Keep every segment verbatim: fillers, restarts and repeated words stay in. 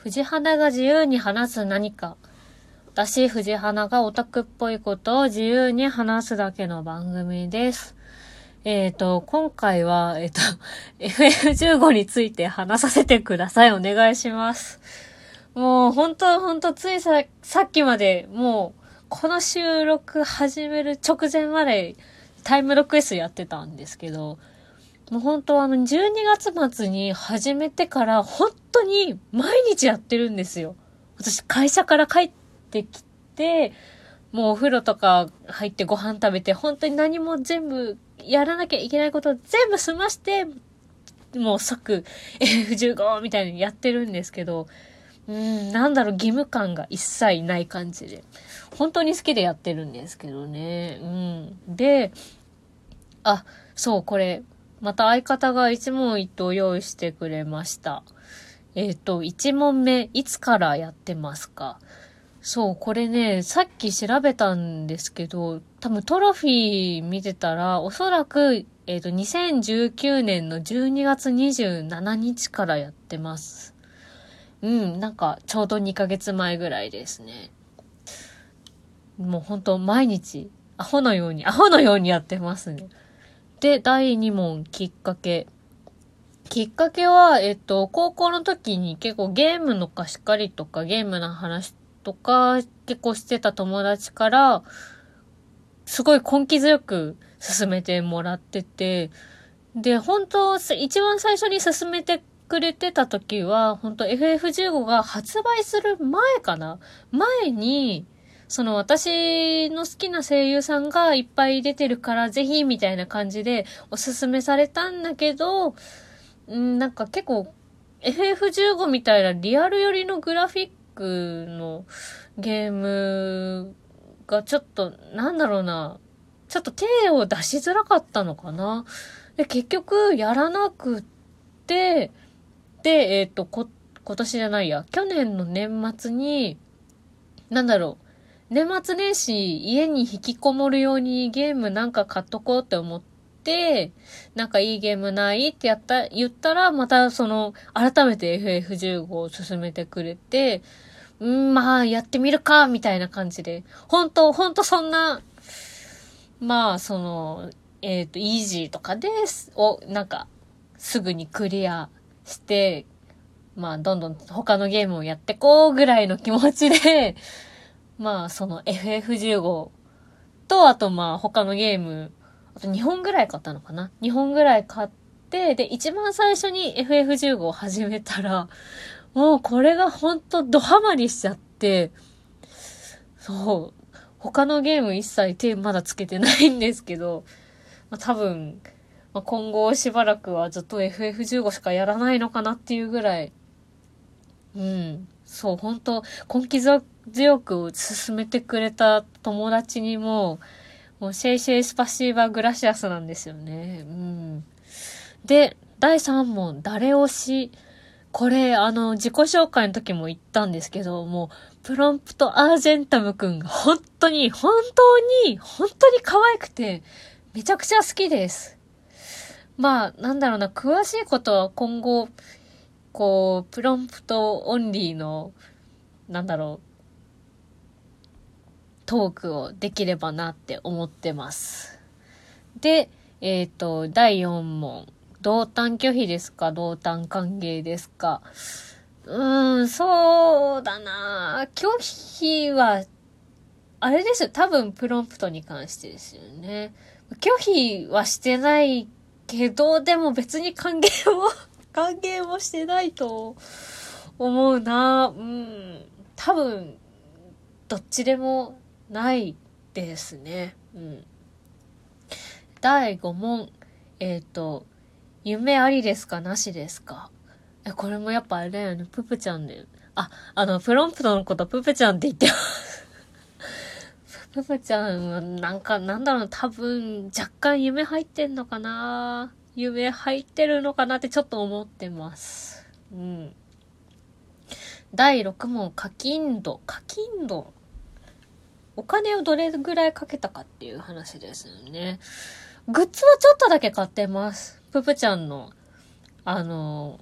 藤花が自由に話す何か。私、藤花がオタクっぽいことを自由に話すだけの番組です。えっと、今回は、えっと、エフエフじゅうご について話させてください。お願いします。もう、ほんと、ほんと、ついさ、さっきまで、もう、この収録始める直前までタイムロクエストやってたんですけど、もう本当あのじゅうにがつ末に始めてから本当に毎日やってるんですよ。私会社から帰ってきて、もうお風呂とか入ってご飯食べて本当に何も全部やらなきゃいけないことを全部済まして、もう即 エフエフじゅうご みたいにやってるんですけど、うーん、なんだろう、義務感が一切ない感じで。本当に好きでやってるんですけどね。うん。で、あ、そう、これ、また相方が一問一答用意してくれました。えっと、一問目、いつからやってますか？そう、これね、さっき調べたんですけど、多分トロフィー見てたら、おそらく、えっと、にせんじゅうきゅうねんのじゅうにがつにじゅうしちにちからやってます。うん、なんか、ちょうどにかげつまえぐらいですね。もうほんと、毎日、アホのように、アホのようにやってますね。で、だいに問、きっかけ。きっかけは、えっと、高校の時に結構ゲームの貸し借りとかゲームの話とか結構してた友達から、すごい根気強く勧めてもらってて、で、本当一番最初に勧めてくれてた時は、本当 エフエフじゅうご が発売する前かな前に、その私の好きな声優さんがいっぱい出てるからぜひみたいな感じでおすすめされたんだけど、んなんか結構 エフエフじゅうご みたいなリアル寄りのグラフィックのゲームがちょっとなんだろうな、ちょっと手を出しづらかったのかな。で、結局やらなくって、で、えっと、こ、今年じゃないや、去年の年末に、なんだろう、年末年始家に引きこもるようにゲームなんか買っとこうって思って、なんかいいゲームないってやった、言ったら、またその、改めて エフエフじゅうご を進めてくれて、うん、まあ、やってみるか、みたいな感じで。本当本当そんな、まあ、その、えっと、イージーとかです、を、なんか、すぐにクリアして、まあ、どんどん他のゲームをやってこうぐらいの気持ちで、まあ、その エフエフじゅうご と、あとまあ、他のゲーム、あとにほんぐらい買ったのかな ?に 本ぐらい買って、で、一番最初に エフエフじゅうご を始めたら、もうこれがほんとドハマりしちゃって、そう、他のゲーム一切手まだつけてないんですけど、まあ、多分、まあ、今後しばらくはずっと エフエフじゅうご しかやらないのかなっていうぐらい、うん、そう、本当根気強く進めてくれた友達にも、もうシェイシェイスパシーバーグラシアスなんですよね。うん。で、だいさん問、誰推し？これ、あの、自己紹介の時も言ったんですけど、もう、プロンプトアージェンタムくんが本当に、本当に、本当に可愛くて、めちゃくちゃ好きです。まあ、なんだろうな、詳しいことは今後、こう、プロンプトオンリーの、なんだろう、トークをできればなって思ってます。で、えっと、だいよん問。同担拒否ですか？同担歓迎ですか？うーん、そうだな。拒否は、あれですよ。多分プロンプトに関してですよね。拒否はしてないけど、でも別に歓迎も、歓迎もしてないと思うな。うん。多分、どっちでもないですね。うん。だいご問。えっと、夢ありですかなしですか？え、これもやっぱあれだよね。ププちゃんで。あ、あの、プロンプトのことププちゃんって言ってます。ププちゃんはなんか、なんだろう、多分、若干夢入ってんのかな？夢入ってるのかなってちょっと思ってます。うん。だいろく問、課金度。課金度。お金をどれぐらいかけたかっていう話ですよね。グッズはちょっとだけ買ってます。ププちゃんの、あの、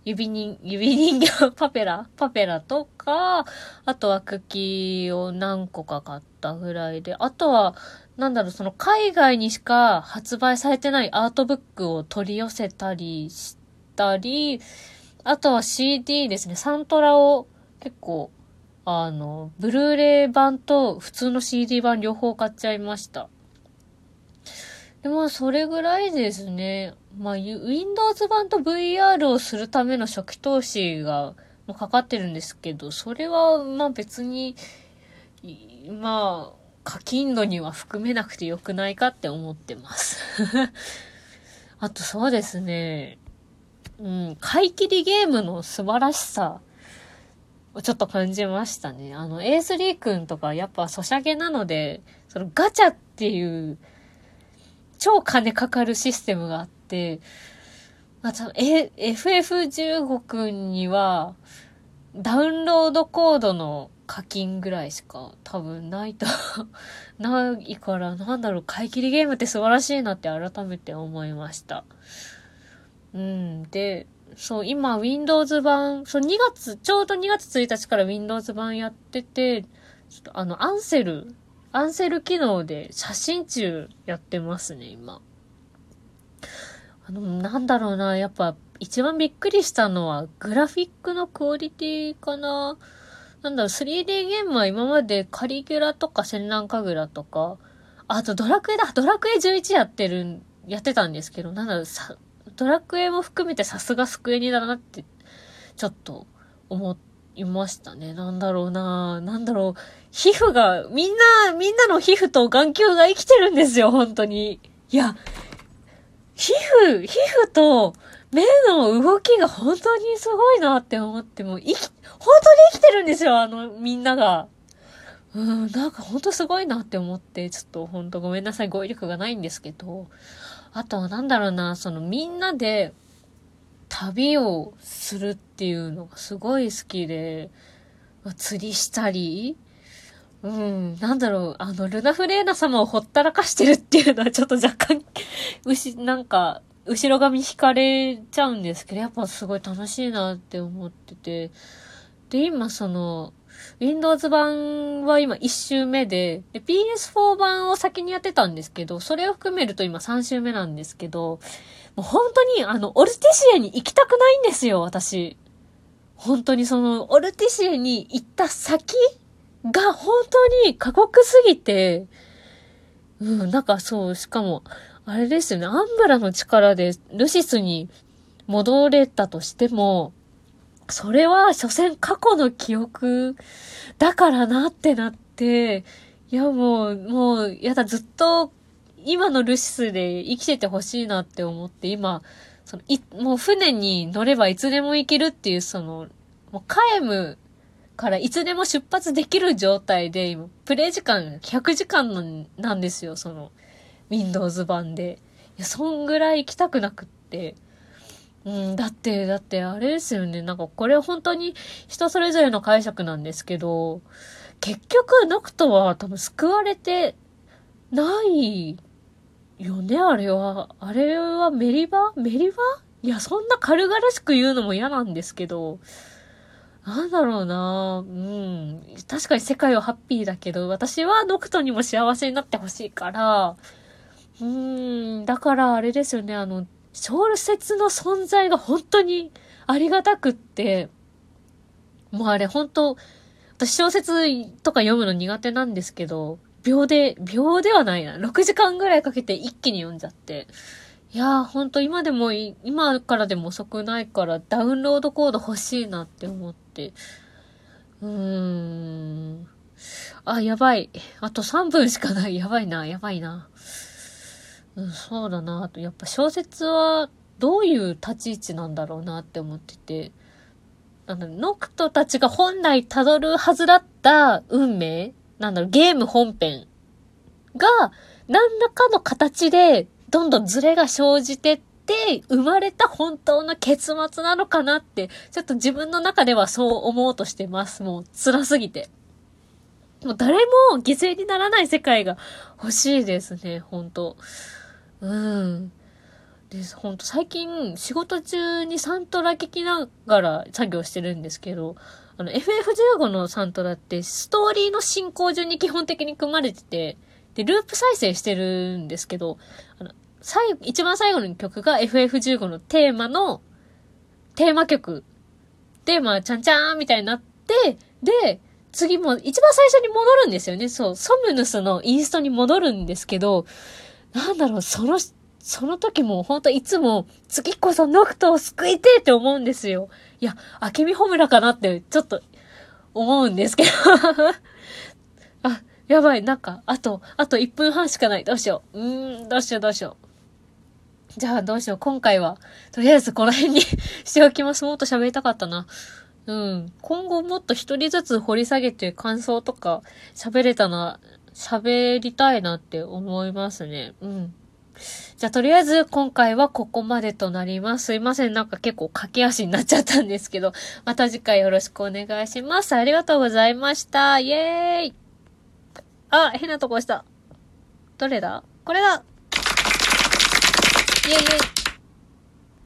指人、指人形パペラパペラとか、あとはクッキーを何個か買ったぐらいで、あとは、なんだろう、その海外にしか発売されてないアートブックを取り寄せたりしたり、あとは シーディー ですね。サントラを結構、あの、ブルーレイ版と普通の シーディー 版両方買っちゃいました。でも、それぐらいですね。まあ、Windows 版と ブイアール をするための初期投資がかかってるんですけど、それは、まあ別に、まあ、課金度には含めなくてよくないかって思ってます。あとそうですね。うん、買い切りゲームの素晴らしさをちょっと感じましたね。あの、エースリー 君とかやっぱソシャゲなので、そのガチャっていう、超金かかるシステムがあって、まあ、え、エフエフじゅうご 君には、ダウンロードコードの課金ぐらいしか多分ないと、ないから、なんだろう、買い切りゲームって素晴らしいなって改めて思いました。うん。で、そう、今、Windows 版、そう、にがつ、ちょうどにがつついたちから Windows 版やってて、ちょっとあの、アンセル、アンセル機能で写真集やってますね、今。あの、なんだろうな、やっぱ、一番びっくりしたのは、グラフィックのクオリティかな。なんだろう、スリーディー ゲームは今までカリギュラとか戦乱神楽とか、あとドラクエだ、ドラクエじゅういちやってる、やってたんですけど、なんだろう、さ、ドラクエも含めてさすがスクエニだなって、ちょっと思いましたね。なんだろうな、なんだろう、皮膚が、みんな、みんなの皮膚と眼球が生きてるんですよ、本当に。いや、皮膚、皮膚と目の動きが本当にすごいなって思っても、生き、本当に生きてるんですよ、あの、みんなが。うん、なんか本当すごいなって思って、ちょっと本当ごめんなさい、語彙力がないんですけど、あとはなんだろうな、そのみんなで旅をするっていうのがすごい好きで、釣りしたり、うん、なんだろう、あの、ルナフレーナ様をほったらかしてるっていうのはちょっと若干、うし、なんか、後ろ髪引かれちゃうんですけど、やっぱすごい楽しいなって思ってて、で、今その、Windows 版は今いっ週目で、で、ピーエスフォー 版を先にやってたんですけど、それを含めると今さん週目なんですけど、もう本当にあの、オルティシエに行きたくないんですよ、私。本当にその、オルティシエに行った先が本当に過酷すぎて、うん、なんかそう、しかも、あれですよね、アンブラの力でルシスに戻れたとしても、それは所詮過去の記憶だからなってなって、いやもう、もう、やだ、ずっと今のルシスで生きててほしいなって思って、今、その、い、もう船に乗ればいつでも行けるっていう、その、もうカエムからいつでも出発できる状態で、今、プレイ時間ひゃくじかんのなんですよ、その、Windows 版で。いや、そんぐらい行きたくなくって。うん、だって、だってあれですよね。なんかこれ本当に人それぞれの解釈なんですけど、結局ノクトは多分救われてないよね、あれは。あれはメリバメリバいや、そんな軽々しく言うのも嫌なんですけど、なんだろうな、うん。確かに世界はハッピーだけど、私はノクトにも幸せになってほしいから、うーん、だからあれですよね、あの、小説の存在が本当にありがたくって、もうあれ本当、私小説とか読むの苦手なんですけど、秒で、秒ではないな。ろくじかんぐらいかけて一気に読んじゃって。いやー本当今でも、今からでも遅くないからダウンロードコード欲しいなって思って。うーん。あ、やばい。あとさんぷんしかない。やばいな、やばいな。うん、そうだな。あと、やっぱ小説はどういう立ち位置なんだろうなって思ってて、あの、ノクトたちが本来辿るはずだった運命なんだろう、ゲーム本編が何らかの形でどんどんズレが生じてって生まれた本当の結末なのかなって、ちょっと自分の中ではそう思うとしてます。もう辛すぎて。もう誰も犠牲にならない世界が欲しいですね、本当うん。 で、ほんと最近仕事中にサントラ聞きながら作業してるんですけど、あの エフエフじゅうご のサントラってストーリーの進行順に基本的に組まれてて、で、ループ再生してるんですけど、あの、最後、一番最後の曲が エフエフじゅうご のテーマの、テーマ曲。で、まあ、ちゃんちゃーんみたいになって、で、次も一番最初に戻るんですよね。そう、ソムヌスのインストに戻るんですけど、なんだろう、その、その時もほんといつも、次こそノクトを救いてって思うんですよ。いや、アケミホムラかなってちょっと思うんですけど。あ、やばい、なんか、あと、あといっぷんはんしかない。どうしよう。うーん、どうしようどうしよう。じゃあどうしよう。今回は、とりあえずこの辺にしておきます。もっと喋りたかったな。うん。今後もっと一人ずつ掘り下げて感想とか喋れたな、喋りたいなって思いますね。うん。じゃあとりあえず今回はここまでとなります。すいません。なんか結構駆け足になっちゃったんですけど、また次回よろしくお願いします。ありがとうございました。イエーイ。あ、変なとこ押した。どれだ？これだ。イエイイエイ。